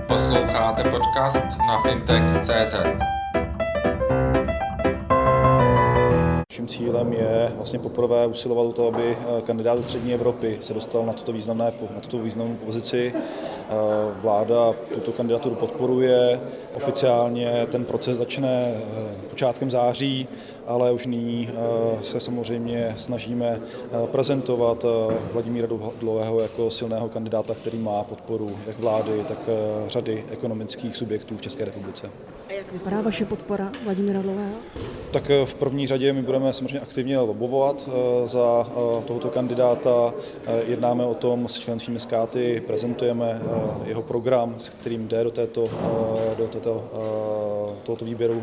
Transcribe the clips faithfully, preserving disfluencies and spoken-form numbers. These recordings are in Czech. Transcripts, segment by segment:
Posloucháte podcast na fintech tečka cé zet. Naším cílem je vlastně poprvé usilovat o to, aby kandidát ze střední Evropy se dostal na tuto významné, na tuto významnou pozici. Vláda tuto kandidaturu podporuje. Oficiálně ten proces začne počátkem září, ale už nyní se samozřejmě snažíme prezentovat Vladimíra Dlouhého jako silného kandidáta, který má podporu jak vlády, tak řady ekonomických subjektů v České republice. A jak vypadá vaše podpora Vladimíra Dlouhého? Tak v první řadě my budeme samozřejmě aktivně lobbovat za tohoto kandidáta. Jednáme o tom s členskými státy, prezentujeme jeho program, s kterým jde do, této, do této, tohoto výběru.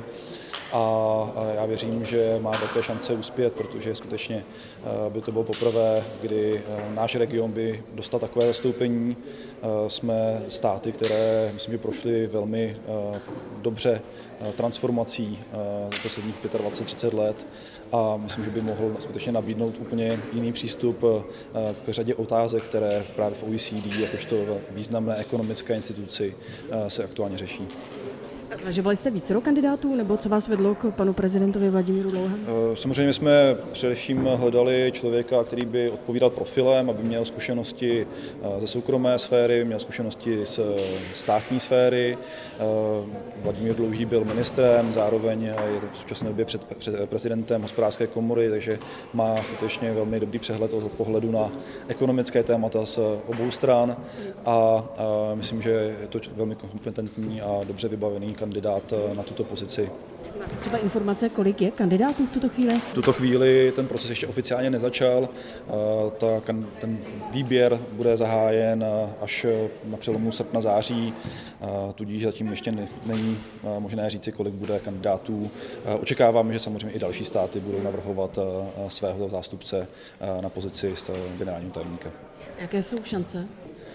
A já věřím, že má velké šance uspět, protože skutečně by to bylo poprvé, kdy náš region by dostal takové zastoupení. Jsme státy, které, myslím, že prošly velmi dobře transformací za posledních dvacet pět třicet let a myslím, že by mohl skutečně nabídnout úplně jiný přístup k řadě otázek, které právě v O E C D, jakožto významné ekonomické instituci, se aktuálně řeší. Zvažovali jste více kandidátů, nebo co vás vedlo k panu prezidentovi Vladimíru Dlouhému? Samozřejmě jsme především hledali člověka, který by odpovídal profilem, aby měl zkušenosti ze soukromé sféry, měl zkušenosti z státní sféry. Vladimír Dlouhý byl ministrem, zároveň je v současné době před, před prezidentem hospodářské komory, takže má skutečně velmi dobrý přehled od pohledu na ekonomické témata z obou stran a, a myslím, že je to velmi kompetentní a dobře vybavený kandidát na tuto pozici. Máte třeba informace, kolik je kandidátů v tuto chvíli? V tuto chvíli ten proces ještě oficiálně nezačal. Ta, ten výběr bude zahájen až na přelomu srpna září, tudíž zatím ještě není možné říci, kolik bude kandidátů. Očekáváme, že samozřejmě i další státy budou navrhovat svého zástupce na pozici generálního tajemníka. Jaké jsou šance?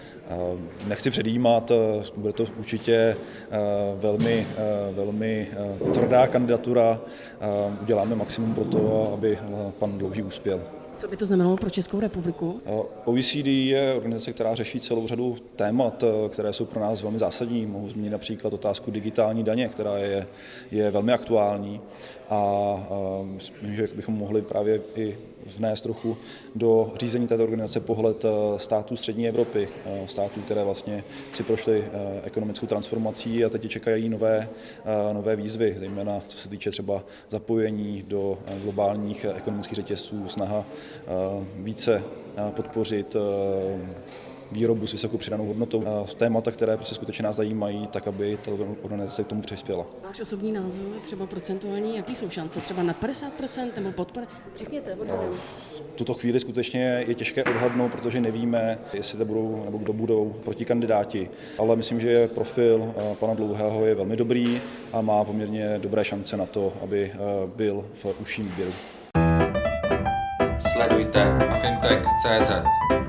Nechci předjímat, bude to určitě velmi, velmi tvrdá kandidatura. Uděláme maximum pro to, aby pan Dlouhý uspěl. Co by to znamenalo pro Českou republiku? O E C D je organizace, která řeší celou řadu témat, které jsou pro nás velmi zásadní. Mohu zmínit například otázku digitální daně, která je, je velmi aktuální a myslím, že bychom mohli právě i vnést trochu do řízení této organizace pohled států střední Evropy, států, které vlastně si prošly ekonomickou transformací a teď čekají nové, nové výzvy, zejména co se týče třeba zapojení do globálních ekonomických řetězců, snaha více podpořit výrobu s vysokou přidanou hodnotou. Témata, které prostě skutečně nás zajímají, tak aby ta organizace k tomu přispěla. Váš osobní názor, třeba procentuální, jaký jsou šance? Třeba na padesát procent nebo pod? Řekněte. V tuto chvíli skutečně je těžké odhadnout, protože nevíme, jestli to budou nebo kdo budou protikandidáti. Ale myslím, že profil pana Dlouhého je velmi dobrý a má poměrně dobré šance na to, aby byl v užším výběru. Sledujte fintech tečka cé zet.